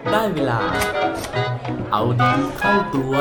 ได้เวลาเอาดีเข้าตัว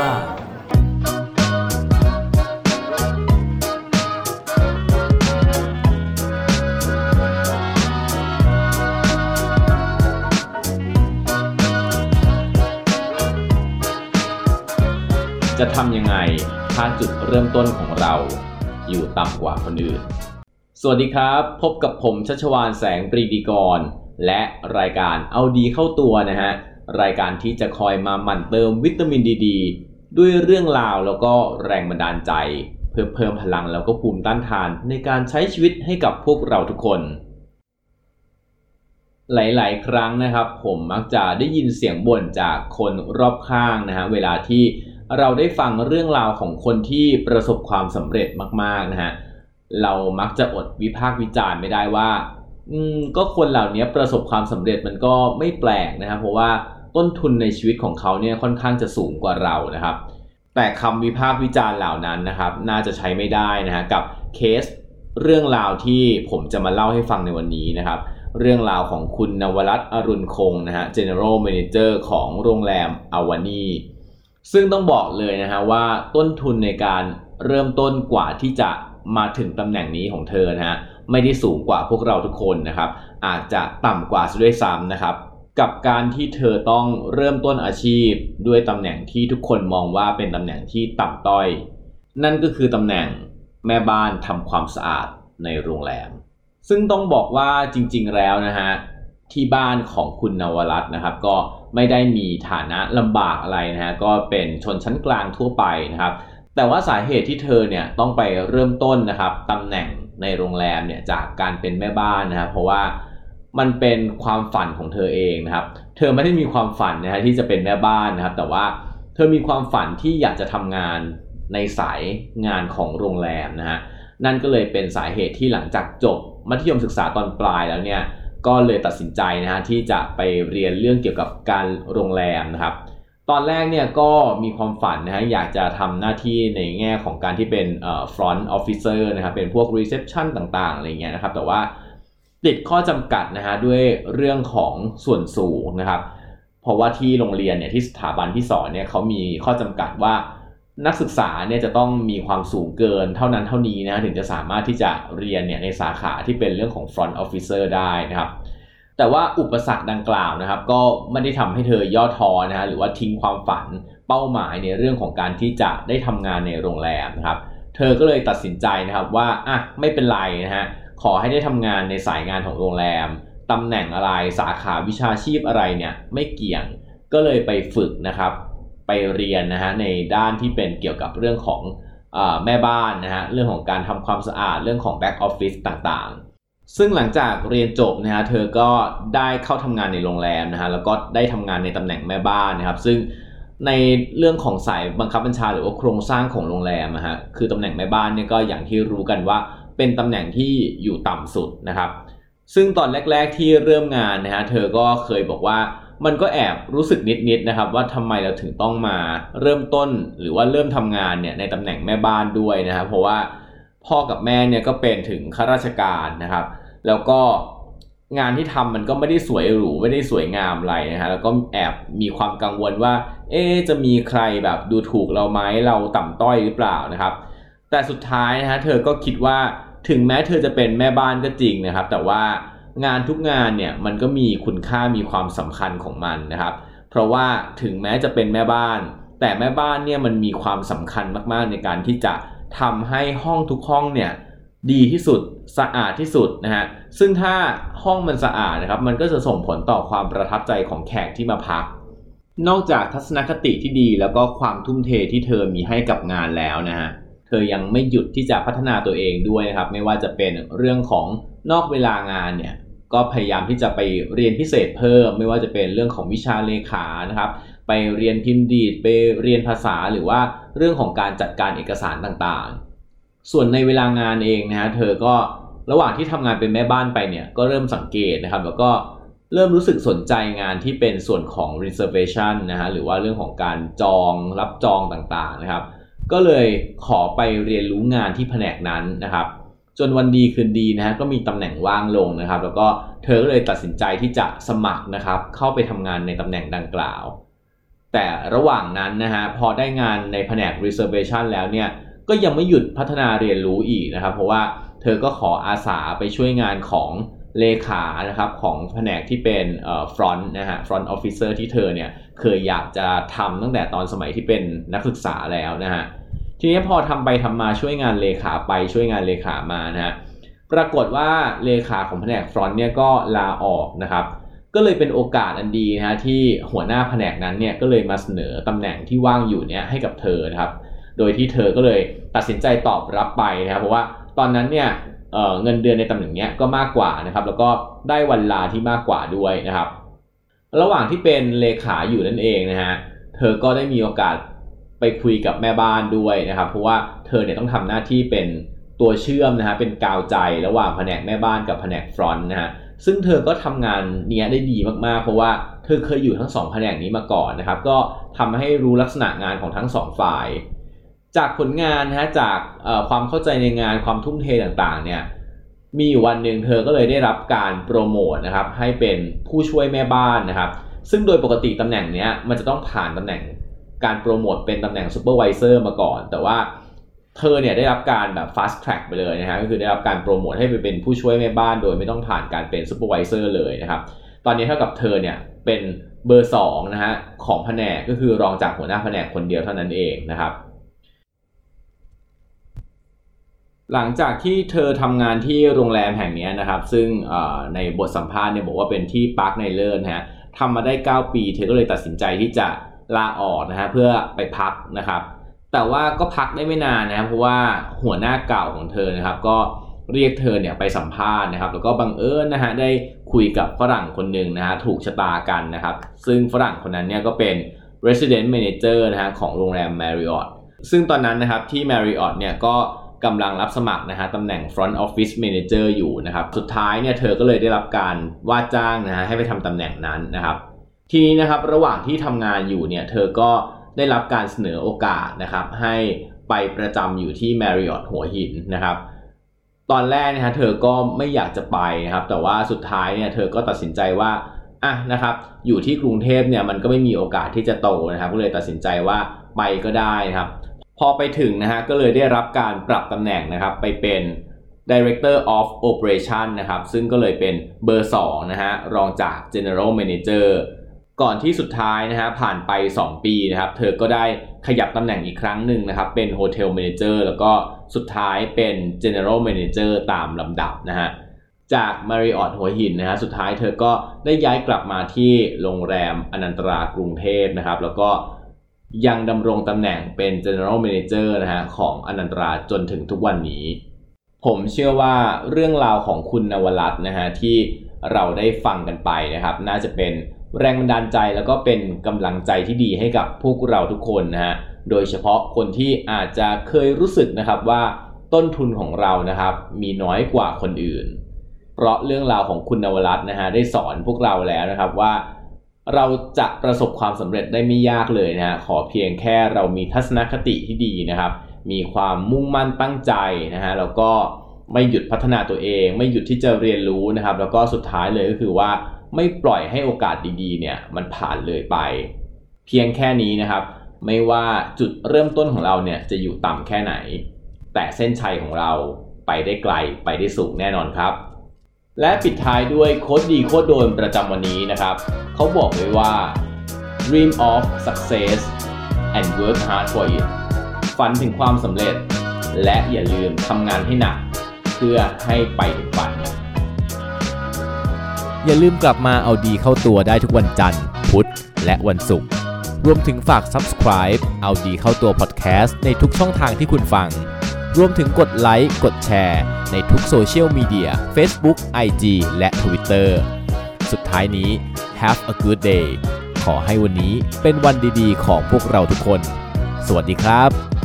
จะทำยังไงถ้าจุดเริ่มต้นของเราอยู่ต่ำกว่าคนอื่นสวัสดีครับพบกับผมชัชวาลแสงปรีดีกรและรายการเอาดีเข้าตัวนะฮะรายการที่จะคอยมาหมั่นเติมวิตามินดีด้วยเรื่องราวแล้วก็แรงบันดาลใจเพื่อเพิ่มพลังแล้วก็ภูมิต้านทานในการใช้ชีวิตให้กับพวกเราทุกคนหลายๆครั้งนะครับผมมักจะได้ยินเสียงบ่นจากคนรอบข้างนะฮะเวลาที่เราได้ฟังเรื่องราวของคนที่ประสบความสำเร็จมากๆนะฮะเรามักจะอดวิพากษ์วิจารณ์ไม่ได้ว่าก็คนเหล่านี้ประสบความสำเร็จมันก็ไม่แปลกนะครับเพราะว่าต้นทุนในชีวิตของเขาเนี่ยค่อนข้างจะสูงกว่าเรานะครับแต่คำวิพากษ์วิจารณ์เหล่านั้นนะครับน่าจะใช้ไม่ได้นะฮะกับเคสเรื่องราวที่ผมจะมาเล่าให้ฟังในวันนี้นะครับเรื่องราวของคุณนวรัตน์อรุณคงนะฮะ General Manager ของโรงแรมอาวานีซึ่งต้องบอกเลยนะฮะว่าต้นทุนในการเริ่มต้นกว่าที่จะมาถึงตำแหน่งนี้ของเธอนะฮะไม่ได้สูงกว่าพวกเราทุกคนนะครับอาจจะต่ำกว่าด้วยซ้ำนะครับกับการที่เธอต้องเริ่มต้นอาชีพด้วยตำแหน่งที่ทุกคนมองว่าเป็นตำแหน่งที่ต่ำต้อยนั่นก็คือตำแหน่งแม่บ้านทำความสะอาดในโรงแรมซึ่งต้องบอกว่าจริงๆแล้วนะฮะที่บ้านของคุณนวรัตน์นะครับก็ไม่ได้มีฐานะลำบากอะไรนะฮะก็เป็นชนชั้นกลางทั่วไปนะครับแต่ว่าสาเหตุที่เธอเนี่ยต้องไปเริ่มต้นนะครับตำแหน่งในโรงแรมเนี่ยจากการเป็นแม่บ้านนะครับเพราะว่ามันเป็นความฝันของเธอเองนะครับเธอไม่ได้มีความฝันนะฮะที่จะเป็นแม่บ้านนะครับแต่ว่าเธอมีความฝันที่อยากจะทำงานในสายงานของโรงแรมนะฮะนั่นก็เลยเป็นสาเหตุที่หลังจากจบมัธยมศึกษาตอนปลายแล้วเนี่ยก็เลยตัดสินใจนะฮะที่จะไปเรียนเรื่องเกี่ยวกับการโรงแรมนะครับตอนแรกเนี่ยก็มีความฝันนะฮะอยากจะทำหน้าที่ในแง่ของการที่เป็นfront officer นะครับเป็นพวก reception ต่างๆอะไรเงี้ยนะครับแต่ว่าติดข้อจำกัดนะฮะด้วยเรื่องของส่วนสูงนะครับเพราะว่าที่โรงเรียนเนี่ยที่สถาบันที่สอนเนี่ยเขามีข้อจำกัดว่านักศึกษาเนี่ยจะต้องมีความสูงเกินเท่านั้นเท่านี้นะถึงจะสามารถที่จะเรียนเนี่ยในสาขาที่เป็นเรื่องของ front officer ได้นะครับแต่ว่าอุปสรรคดังกล่าวนะครับก็ไม่ได้ทำให้เธอย่อท้อนะฮะหรือว่าทิ้งความฝันเป้าหมายในเรื่องของการที่จะได้ทำงานในโรงแรมนะครับเธอก็เลยตัดสินใจนะครับว่าไม่เป็นไรนะฮะขอให้ได้ทำงานในสายงานของโรงแรมตำแหน่งอะไรสาขาวิชาชีพอะไรเนี่ยไม่เกี่ยงก็เลยไปฝึกนะครับไปเรียนนะฮะในด้านที่เป็นเกี่ยวกับเรื่องของแม่บ้านนะฮะเรื่องของการทำความสะอาดเรื่องของ back office ต่างๆซึ่งหลังจากเรียนจบนะฮะเธอก็ได้เข้าทำงานในโรงแรมนะฮะแล้วก็ได้ทำงานในตำแหน่งแม่บ้านนะครับซึ่งในเรื่องของสายบังคับบัญชาหรือว่าโครงสร้างของโรงแรมนะฮะคือตำแหน่งแม่บ้านเนี่ยก็อย่างที่รู้กันว่าเป็นตำแหน่งที่อยู่ต่ำสุดนะครับซึ่งตอนแรกๆที่เริ่มงานนะฮะเธอก็เคยบอกว่ามันก็แอบรู้สึกนิดๆนะครับว่าทำไมเราถึงต้องมาเริ่มต้นหรือว่าเริ่มทำงานเนี่ยในตำแหน่งแม่บ้านด้วยนะครับเพราะว่าพ่อกับแม่เนี่ยก็เป็นถึงข้าราชการนะครับแล้วก็งานที่ทำมันก็ไม่ได้สวยหรูไม่ได้สวยงามอะไรนะฮะแล้วก็แอบมีความกังวลว่าจะมีใครแบบดูถูกเราไหมเราต่ำต้อยหรือเปล่านะครับแต่สุดท้ายนะฮะเธอก็คิดว่าถึงแม้เธอจะเป็นแม่บ้านก็จริงนะครับแต่ว่างานทุกงานเนี่ยมันก็มีคุณค่ามีความสำคัญของมันนะครับเพราะว่าถึงแม้จะเป็นแม่บ้านแต่แม่บ้านเนี่ยมันมีความสำคัญมากๆในการที่จะทำให้ห้องทุกห้องเนี่ยดีที่สุดสะอาดที่สุดนะฮะซึ่งถ้าห้องมันสะอาดนะครับมันก็จะส่งผลต่อความประทับใจของแขกที่มาพักนอกจากทัศนคติที่ดีแล้วก็ความทุ่มเทที่เธอมีให้กับงานแล้วนะฮะเธอยังไม่หยุดที่จะพัฒนาตัวเองด้วยนะครับไม่ว่าจะเป็นเรื่องของนอกเวลางานเนี่ยก็พยายามที่จะไปเรียนพิเศษเพิ่มไม่ว่าจะเป็นเรื่องของวิชาเลขานะครับไปเรียนพิมพ์ดีดไปเรียนภาษาหรือว่าเรื่องของการจัดการเอกสารต่างๆส่วนในเวลางานเองนะฮะเธอก็ระหว่างที่ทำงานเป็นแม่บ้านไปเนี่ยก็เริ่มสังเกตนะครับแล้วก็เริ่มรู้สึกสนใจงานที่เป็นส่วนของ reservation นะฮะหรือว่าเรื่องของการจองรับจองต่างๆนะครับก็เลยขอไปเรียนรู้งานที่แผนกนั้นนะครับจนวันดีคืนดีนะฮะก็มีตำแหน่งว่างลงนะครับแล้วก็เธอก็เลยตัดสินใจที่จะสมัครนะครับเข้าไปทำงานในตำแหน่งดังกล่าวแต่ระหว่างนั้นนะฮะพอได้งานในแผนก reservation แล้วเนี่ยก็ยังไม่หยุดพัฒนาเรียนรู้อีกนะครับเพราะว่าเธอก็ขออาสาไปช่วยงานของเลขานะครับของแผนกที่เป็นfront นะฮะ front officer ที่เธอเนี่ยเคยอยากจะทำตั้งแต่ตอนสมัยที่เป็นนักศึกษาแล้วนะฮะทีนี้พอทำไปทำมาช่วยงานเลขาไปช่วยงานเลขามานะฮะปรากฏว่าเลขาของแผนก front เนี่ยก็ลาออกนะครับก็เลยเป็นโอกาสอันดีนะฮะที่หัวหน้าแผนกนั้นเนี่ยก็เลยมาเสนอตำแหน่งที่ว่างอยู่เนี่ยให้กับเธอนะครับโดยที่เธอก็เลยตัดสินใจตอบรับไปนะครับเพราะว่าตอนนั้นเนี่ยเงินเดือนในตำแหน่งนี้ก็มากกว่านะครับแล้วก็ได้วันลาที่มากกว่าด้วยนะครับระหว่างที่เป็นเลขาอยู่นั่นเองนะฮะเธอก็ได้มีโอกาสไปคุยกับแม่บ้านด้วยนะครับเพราะว่าเธอเนี่ยต้องทำหน้าที่เป็นตัวเชื่อมนะฮะเป็นกาวใจระหว่างแผนกแม่บ้านกับแผนกฟรอนต์นะฮะซึ่งเธอก็ทำงานเนี้ยได้ดีมากๆเพราะว่าเธอเคยอยู่ทั้ง2แผนกนี้มาก่อนนะครับก็ทำให้รู้ลักษณะงานของทั้ง2ฝ่ายจากผลงานนะฮะจากความเข้าใจในงานความทุ่มเทต่างๆเนี่ยมีอยู่วันหนึ่งเธอก็เลยได้รับการโปรโมทนะครับให้เป็นผู้ช่วยแม่บ้านนะครับซึ่งโดยปกติตำแหน่งเนี้ยมันจะต้องผ่านตำแหน่งการโปรโมทเป็นตำแหน่งซูเปอร์วิเซอร์มาก่อนแต่ว่าเธอเนี่ยได้รับการแบบ fast track ไปเลยนะฮะก็คือได้รับการโปรโมทให้ไปเป็นผู้ช่วยแม่บ้านโดยไม่ต้องผ่านการเป็นซูเปอร์วิเซอร์เลยนะครับตอนนี้เท่ากับเธอเนี่ยเป็นเบอร์2นะฮะของแผนกก็คือรองจากหัวหน้าแผนกคนเดียวเท่านั้นเองนะครับหลังจากที่เธอทำงานที่โรงแรมแห่งนี้นะครับซึ่งในบทสัมภาษณ์เนี่ยบอกว่าเป็นที่ปาร์คไนเลอร์นะฮะทำมาได้9ปีเธอก็เลยตัดสินใจที่จะลาออกนะฮะเพื่อไปพักนะครับแต่ว่าก็พักได้ไม่นานนะครับเพราะว่าหัวหน้าเก่าของเธอนะครับก็เรียกเธอเนี่ยไปสัมภาษณ์นะครับแล้วก็บังเอิญนะฮะได้คุยกับฝรั่งคนหนึ่งนะฮะถูกชะตากันนะครับซึ่งฝรั่งคนนั้นเนี่ยก็เป็น Resident Manager นะฮะของโรงแรม Marriott ซึ่งตอนนั้นนะครับที่ Marriott เนี่ยก็กำลังรับสมัครนะฮะตำแหน่ง Front Office Manager อยู่นะครับสุดท้ายเนี่ยเธอก็เลยได้รับการว่าจ้างนะฮะให้ไปทำตำแหน่งนั้นนะครับทีนี้นะครับระหว่างที่ทำงานอยู่เนี่ยเธอก็ได้รับการเสนอโอกาสนะครับให้ไปประจำอยู่ที่ Marriott หัวหินนะครับตอนแรกนะฮะเธอก็ไม่อยากจะไปนะครับแต่ว่าสุดท้ายเนี่ยเธอก็ตัดสินใจว่านะครับอยู่ที่กรุงเทพเนี่ยมันก็ไม่มีโอกาสที่จะโตนะครับก็เลยตัดสินใจว่าไปก็ได้นะครับพอไปถึงนะฮะก็เลยได้รับการปรับตำแหน่งนะครับไปเป็น Director of Operation นะครับซึ่งก็เลยเป็นเบอร์2นะฮะรองจาก General Manager ก่อนที่สุดท้ายนะฮะผ่านไป2ปีนะครับเธอก็ได้ขยับตำแหน่งอีกครั้งหนึ่งนะครับเป็น Hotel Manager แล้วก็สุดท้ายเป็น General Manager ตามลำดับนะฮะจาก Marriott หัวหินนะฮะสุดท้ายเธอก็ได้ย้ายกลับมาที่โรงแรมอนันตรากรุงเทพนะครับแล้วก็ยังดำรงตำแหน่งเป็น General Manager นะฮะของอนันตราจนถึงทุกวันนี้ผมเชื่อว่าเรื่องราวของคุณนวรัตน์นะฮะที่เราได้ฟังกันไปนะครับน่าจะเป็นแรงบันดาลใจแล้วก็เป็นกำลังใจที่ดีให้กับพวกเราทุกคนนะฮะโดยเฉพาะคนที่อาจจะเคยรู้สึกนะครับว่าต้นทุนของเรานะครับมีน้อยกว่าคนอื่นเพราะเรื่องราวของคุณนวรัตน์นะฮะได้สอนพวกเราแล้วนะครับว่าเราจะประสบความสำเร็จได้ไม่ยากเลยนะฮะขอเพียงแค่เรามีทัศนคติที่ดีนะครับมีความมุ่งมั่นตั้งใจนะฮะแล้วก็ไม่หยุดพัฒนาตัวเองไม่หยุดที่จะเรียนรู้นะครับแล้วก็สุดท้ายเลยก็คือว่าไม่ปล่อยให้โอกาสดีๆเนี่ยมันผ่านเลยไปเพียงแค่นี้นะครับไม่ว่าจุดเริ่มต้นของเราเนี่ยจะอยู่ต่ำแค่ไหนแต่เส้นชัยของเราไปได้ไกลไปได้สูงแน่นอนครับและปิดท้ายด้วยโค้ดดีโค้ดโดนประจำวันนี้นะครับเขาบอกไว้ว่า Dream of success and work hard for it ฝันถึงความสำเร็จและอย่าลืมทำงานให้หนักเพื่อให้ไปถึงฝันอย่าลืมกลับมาเอาดีเข้าตัวได้ทุกวันจันทร์พุธและวันศุกร์รวมถึงฝาก Subscribe เอาดีเข้าตัว Podcast ในทุกช่องทางที่คุณฟังรวมถึงกดไลค์กดแชร์ในทุกโซเชียลมีเดีย Facebook IG และ Twitter สุดท้ายนี้ Have a good day ขอให้วันนี้เป็นวันดีๆของพวกเราทุกคนสวัสดีครับ